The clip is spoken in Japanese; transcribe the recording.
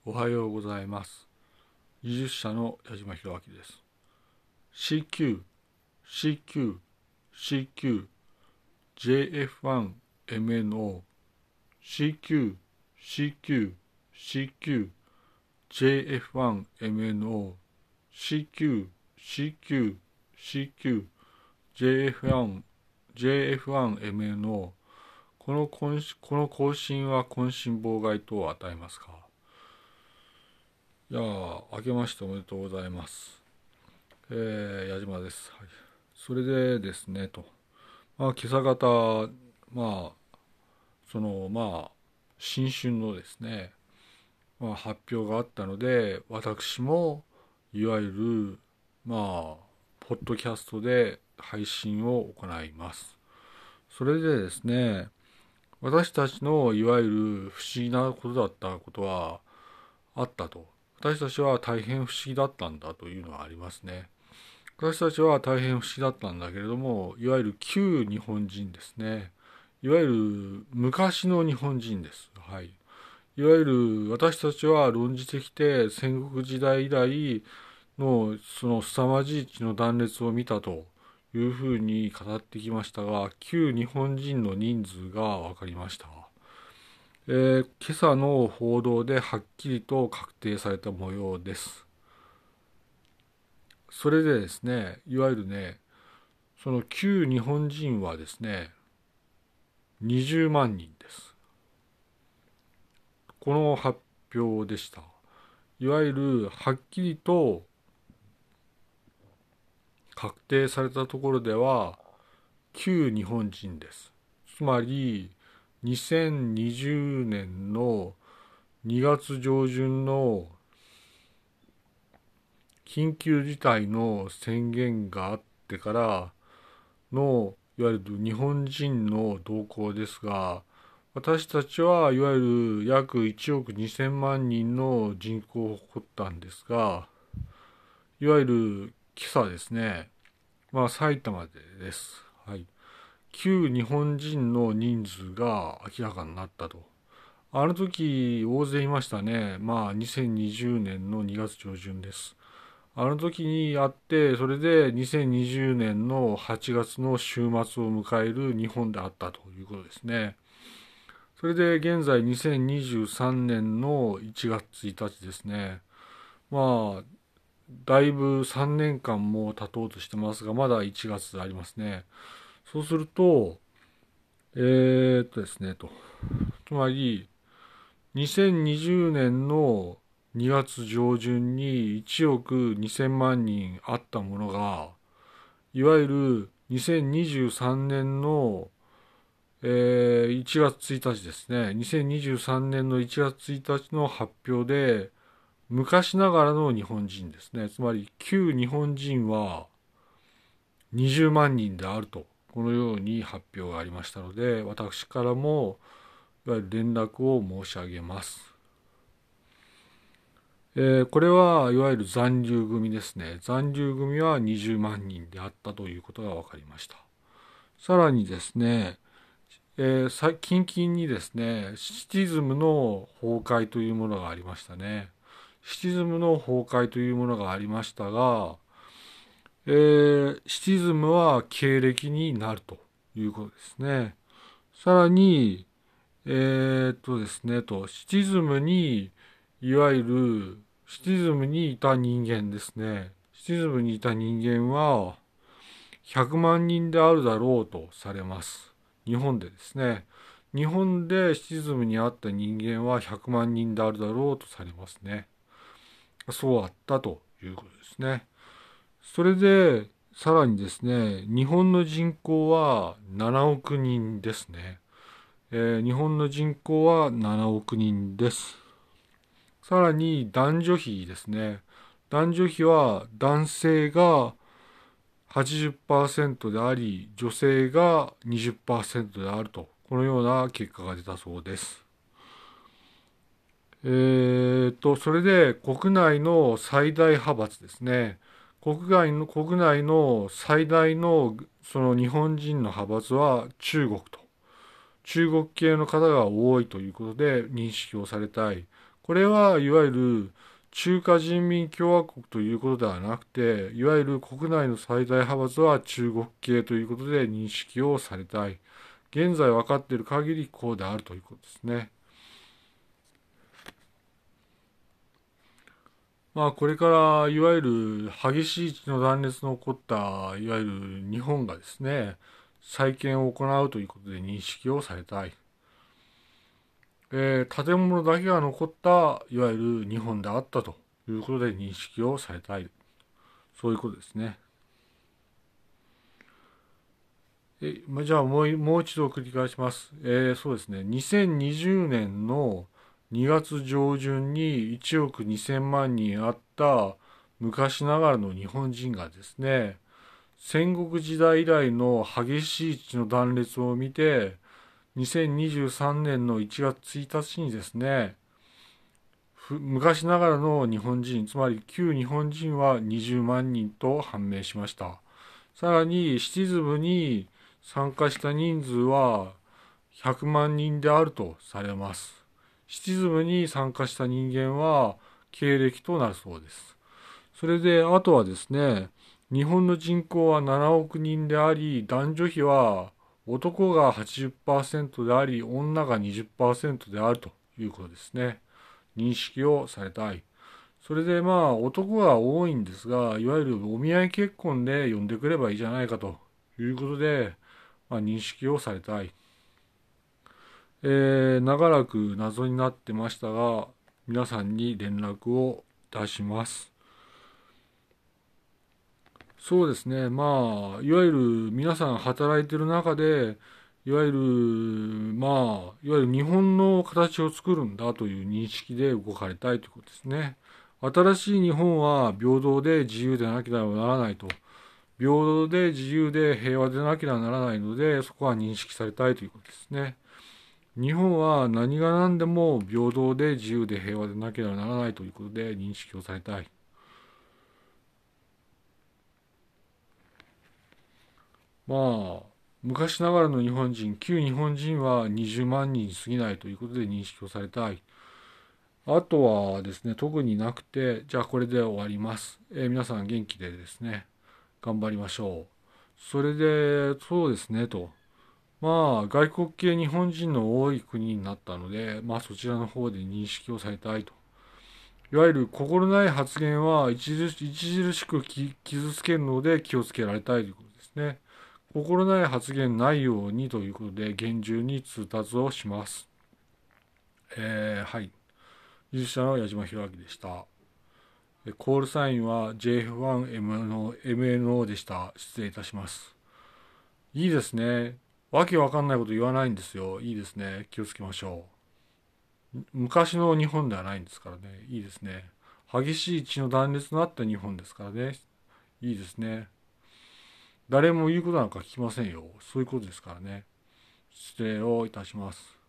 おはようございます。技術者の矢島弘明です。CQ、CQ、CQ、JF1MNO、CQ、CQ、CQ、JF1MNO、CQ、CQ、CQ、JF1、JF1MNO、この更新は渾身妨害等を与えますか？いやー、明けましておめでとうございます。矢島です。はい。それでですね、今朝方、まあ、新春のですね、発表があったので、私も、いわゆる、ポッドキャストで配信を行います。それでですね、私たちのいわゆる不思議なことだったことはあったと。私たちは大変不思議だったんだというのはありますね。私たちは大変不思議だったんだけれども、いわゆる旧日本人ですね。いわゆる昔の日本人です。はい。いわゆる私たちは論じてきて戦国時代以来のその凄まじい血の断裂を見たというふうに語ってきましたが、旧日本人の人数が分かりました。今朝の報道ではっきりと確定された模様です。それでですね、いわゆるね、その旧日本人はですね、20万人です。この発表でした。いわゆるはっきりと確定されたところでは、旧日本人です。つまり、2020年の2月上旬の緊急事態の宣言があってからのいわゆる日本人の動向ですが、私たちはいわゆる約1億2000万人の人口を誇ったんですが、いわゆる今朝ですね、埼玉でです。はい。旧日本人の人数が明らかになったと。あの時大勢いましたね。2020年の2月上旬です。あの時にあって、それで2020年の8月の週末を迎える日本であったということですね。それで現在2023年の1月1日ですね。まあ、だいぶ3年間も経とうとしてますが、まだ1月ありますね。そうすると、ですね、つまり、2020年の2月上旬に1億2000万人あったものが、いわゆる2023年の、1月1日ですね。2023年の1月1日の発表で、昔ながらの日本人ですね。つまり、旧日本人は20万人であると、このように発表がありましたので、私からも、いわゆる連絡を申し上げます。これはいわゆる残留組ですね。残留組は20万人であったということが分かりました。さらにですね、近々にですね、シティズムの崩壊というものがありましたね。シティズムの崩壊というものがありましたが、シティズムは経歴になるということですね。さらに、ですね、シティズムに、いわゆる、シティズムにいた人間ですね。シティズムにいた人間は、100万人であるだろうとされます。日本でですね。日本でシティズムにあった人間は100万人であるだろうとされますね。そうあったということですね。それで、さらにですね、日本の人口は7億人ですね。日本の人口は7億人です。さらに男女比ですね。男女比は男性が80%であり、女性が20%であると、このような結果が出たそうです。それで国内の最大派閥ですね。国内の最大のその日本人の派閥は中国と。中国系の方が多いということで認識をされたい。 これはいわゆる中華人民共和国ということではなくて、いわゆる国内の最大派閥は中国系ということで認識をされたい。現在分かっている限りこうであるということですね。これからいわゆる激しい血の断裂の起こったいわゆる日本がですね、再建を行うということで認識をされたい。建物だけが残ったいわゆる日本であったということで認識をされたい。そういうことですね。じゃあもう一度繰り返します。そうですね。2020年の2月上旬に1億2000万人あった昔ながらの日本人がですね、戦国時代以来の激しい血の断裂を見て、2023年の1月1日にですね、昔ながらの日本人、つまり旧日本人は20万人と判明しました。さらに、シティズムに参加した人数は100万人であるとされます。シティズムに参加した人間は経歴となるそうです。それで、あとはですね、日本の人口は7億人であり、男女比は男が80%であり、女が20%であるということですね。認識をされたい。それで男が多いんですが、いわゆるお見合い結婚で呼んでくればいいじゃないかということで、認識をされたい。長らく謎になってましたが、皆さんに連絡を出します。そうですね。いわゆる皆さん働いてる中で、いわゆる日本の形を作るんだという認識で動かれたいということですね。新しい日本は平等で自由でなければならないと。平等で自由で平和でなければならないので、そこは認識されたいということですね。日本は何が何でも平等で自由で平和でなければならないということで認識をされたい。昔ながらの日本人、旧日本人は20万人に過ぎないということで認識をされたい。あとはですね、特になくて、じゃあこれで終わります。皆さん元気でですね、頑張りましょう。それで、そうですね、と。外国系日本人の多い国になったので、そちらの方で認識をされたいと。いわゆる心ない発言は著しく傷つけるので気をつけられたいということですね。心ない発言ないようにということで厳重に通達をします。はい。技術者の矢島博明でした。コールサインは JF1MNO でした。失礼いたします。いいですね。わけわかんないこと言わないんですよ。いいですね。気をつけましょう。昔の日本ではないんですからね。いいですね。激しい血の断裂のあった日本ですからね。いいですね。誰も言うことなんか聞きませんよ。そういうことですからね。失礼をいたします。